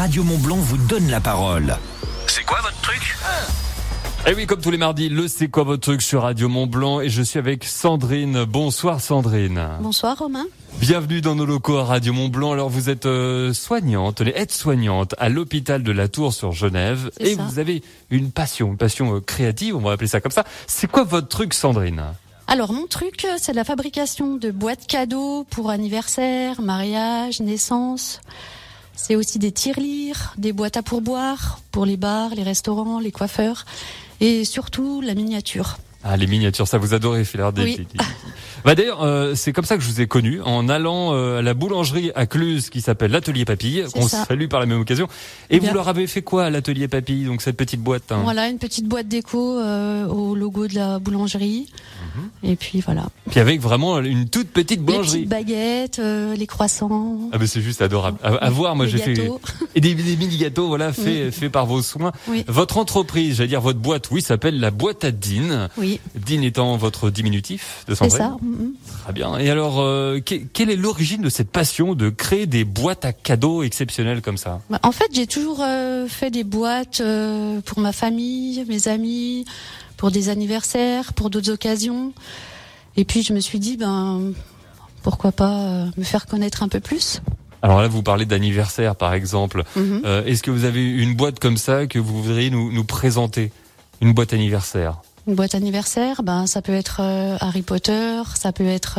Radio Mont-Blanc vous donne la parole. C'est quoi votre truc ? Et oui, comme tous les mardis, le C'est quoi votre truc sur Radio Mont-Blanc et je suis avec Sandrine. Bonsoir Sandrine. Bonsoir Romain. Bienvenue dans nos locaux à Radio Mont-Blanc. Alors vous êtes soignante, aide-soignante à l'hôpital de la Tour sur Genève. C'est et ça. Vous avez une passion créative, on va appeler ça comme ça. C'est quoi votre truc Sandrine ? Alors mon truc, c'est la fabrication de boîtes cadeaux pour anniversaire, mariage, naissance. C'est aussi des tirelires, des boîtes à pourboire pour les bars, les restaurants, les coiffeurs et surtout la miniature. Ah, les miniatures, ça vous adorez faire des... Oui. Bah d'ailleurs, c'est comme ça que je vous ai connu, en allant à la boulangerie à Cluse qui s'appelle l'Atelier Papille, C'est qu'on ça. salue par la même occasion. Et Bien. vous leur avez fait quoi à l'Atelier Papille, donc cette petite boîte Voilà, une petite boîte déco au logo de la boulangerie. Et puis voilà. Puis avec vraiment une toute petite Les boulangerie. petites baguettes, les croissants. Ah mais c'est juste adorable. À voir, moi les j'ai fait gâteaux. et des mini gâteaux, voilà, fait par vos soins. Oui. Votre entreprise, j'allais dire votre boîte, oui, s'appelle la boîte à Dean. Oui, Dean étant votre diminutif de c'est Sandrine. ça. Très bien. Et alors, quelle est l'origine de cette passion de créer des boîtes à cadeaux exceptionnelles comme ça ? Bah, en fait, j'ai toujours fait des boîtes pour ma famille, mes amis, pour des anniversaires, pour d'autres occasions. Et puis je me suis dit, pourquoi pas me faire connaître un peu plus. Alors là, vous parlez d'anniversaire, par exemple. Mhm. Est-ce que vous avez une boîte comme ça que vous voudriez nous présenter ? Une boîte anniversaire. Une boîte anniversaire, ça peut être Harry Potter, ça peut être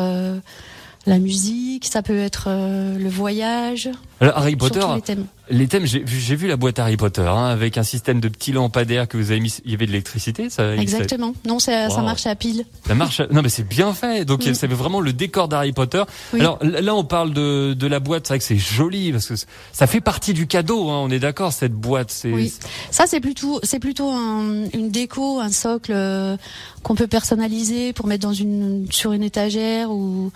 la musique, ça peut être le voyage. Alors, Harry Potter, Surtout les thèmes. les thèmes, j'ai vu la boîte Harry Potter, avec un système de petits lampadaires que vous avez mis. Il y avait de l'électricité, ça. Exactement. Non, ça Wow. marche à pile. Ça marche. Non, mais c'est bien fait. Donc, c'est vraiment le décor d'Harry Potter. Oui. Alors là, on parle de la boîte. C'est vrai que c'est joli parce que ça fait partie du cadeau. On est d'accord. Cette boîte, c'est. Oui. Ça, c'est plutôt une déco, un socle qu'on peut personnaliser pour mettre sur une étagère ou.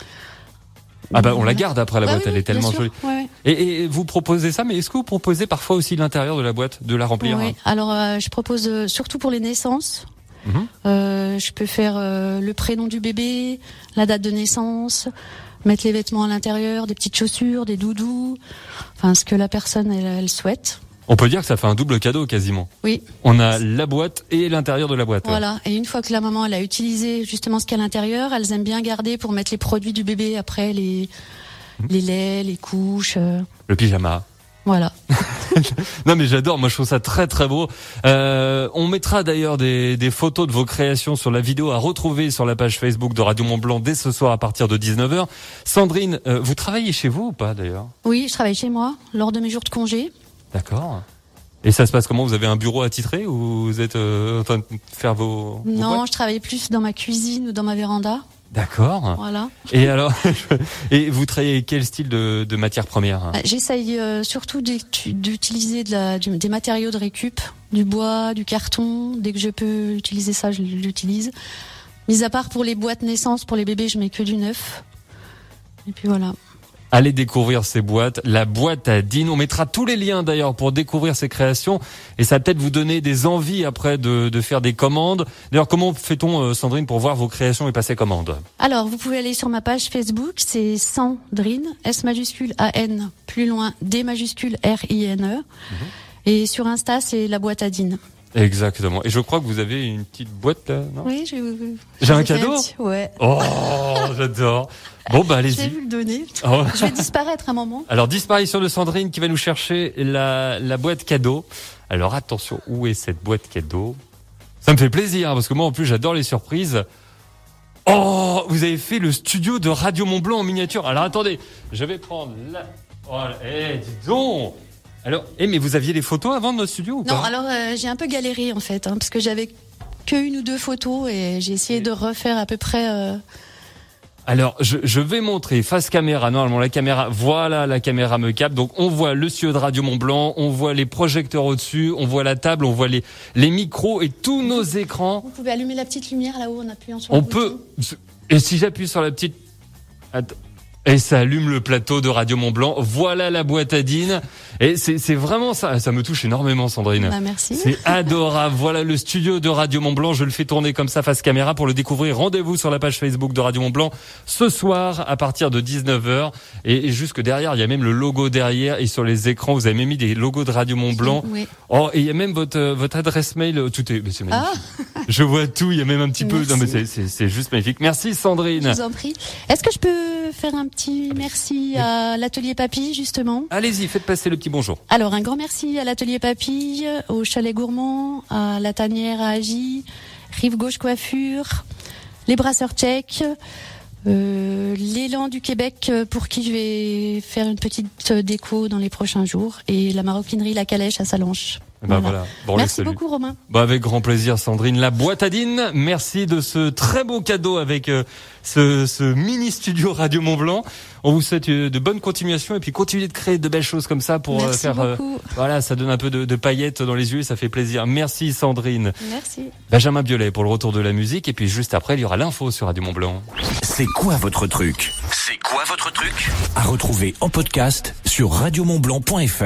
Ah on la garde après la Bah boîte. oui, Elle est tellement bien sûr. jolie. Ouais. Et vous proposez ça, mais est-ce que vous proposez parfois aussi l'intérieur de la boîte, de la remplir Oui. Alors, je propose surtout pour les naissances. Mhm. Je peux faire le prénom du bébé, la date de naissance, mettre les vêtements à l'intérieur, des petites chaussures, des doudous, enfin ce que la personne elle souhaite. On peut dire que ça fait un double cadeau quasiment. Oui, On a la boîte et l'intérieur de la boîte. voilà. Et une fois que la maman elle a utilisé justement ce qu'il y a à l'intérieur, elles aiment bien garder pour mettre les produits du bébé après, les laits, les couches, Le pyjama. voilà. Non mais j'adore, moi je trouve ça très très beau. On mettra d'ailleurs des photos de vos créations sur la vidéo à retrouver sur la page Facebook de Radio Mont-Blanc dès ce soir à partir de 19h. Sandrine, vous travaillez chez vous ou pas d'ailleurs ? Oui, je travaille chez moi lors de mes jours de congé. D'accord. Et ça se passe comment ? Vous avez un bureau attitré ou vous êtes en train de faire vos Non, boîtes ? je travaille plus dans ma cuisine ou dans ma véranda. D'accord. Voilà. Et alors, et vous travaillez avec quel style de matière première ? J'essaye surtout d'utiliser des matériaux de récup, du bois, du carton. Dès que je peux utiliser ça, je l'utilise. Mis à part pour les boîtes naissance, pour les bébés, je mets que du neuf. Et puis voilà. Allez découvrir ces boîtes, la boîte à Dean. On mettra tous les liens d'ailleurs pour découvrir ces créations et ça va peut-être vous donner des envies après de faire des commandes. D'ailleurs, comment fait-on, Sandrine, pour voir vos créations et passer commande ? Alors, vous pouvez aller sur ma page Facebook, c'est Sandrine, S majuscule A-N, plus loin, D majuscule R-I-N-E. Et sur Insta, c'est la boîte à Dean. Exactement. Et je crois que vous avez une petite boîte là, non ? Oui, J'ai un cadeau ? Ouais. Oh, j'adore. Bon, bah Je vais allez-y. vous le donner. Oh. Je vais disparaître un moment. Alors, disparition de Sandrine qui va nous chercher la boîte cadeau. Alors, attention, où est cette boîte cadeau ? Ça me fait plaisir, parce que moi, en plus, j'adore les surprises. Oh, vous avez fait le studio de Radio Mont-Blanc en miniature. Alors, attendez, je vais prendre la... Oh, dis donc. Alors, mais vous aviez les photos avant de notre studio ou pas ? Non, alors j'ai un peu galéré en fait, parce que j'avais que une ou deux photos et j'ai essayé de refaire à peu près... Alors, je vais montrer face caméra. Normalement, la caméra, voilà, la caméra me capte. Donc, on voit le studio de Radio Mont-Blanc, on voit les projecteurs au-dessus, on voit la table, on voit les micros et tous nos écrans. Vous pouvez allumer la petite lumière là-haut en appuyant sur le On bouton. peut... Et si j'appuie sur la petite... Attends. Et ça allume le plateau de Radio Mont-Blanc. Voilà la boîte à Dean. Et c'est vraiment ça. Ça me touche énormément, Sandrine. Bah, merci. C'est adorable. Voilà le studio de Radio Mont-Blanc. Je le fais tourner comme ça face caméra pour le découvrir. Rendez-vous sur la page Facebook de Radio Mont-Blanc ce soir à partir de 19h. Et jusque derrière, il y a même le logo derrière. Et sur les écrans, vous avez même mis des logos de Radio Mont-Blanc. Oui. Oh, et il y a même votre adresse mail. Tout est, mais c'est magnifique. Je vois tout. Il y a même un petit peu. Non, mais c'est juste magnifique. Merci, Sandrine. Je vous en prie. Est-ce que je peux faire un petit merci à l'Atelier Papy, justement? Allez-y, faites passer le petit bonjour. Alors, un grand merci à l'Atelier Papy, au Chalet Gourmand, à la Tanière à Agy, Rive Gauche Coiffure, les Brasseurs Tchèques, l'Élan du Québec, pour qui je vais faire une petite déco dans les prochains jours, et la Maroquinerie La Calèche à Salanches. Voilà. Bon, merci beaucoup, Romain. Avec grand plaisir, Sandrine. La boîte à Dean, merci de ce très beau cadeau avec ce mini studio Radio Mont-Blanc. On vous souhaite de bonnes continuations et puis continuez de créer de belles choses comme ça pour merci faire beaucoup. Voilà, ça donne un peu de paillettes dans les yeux et ça fait plaisir. Merci, Sandrine. Merci. Benjamin Biolay pour le retour de la musique et puis juste après il y aura l'info sur Radio Mont-Blanc. C'est quoi votre truc ? C'est quoi votre truc ? À retrouver en podcast sur radiomontblanc.fr.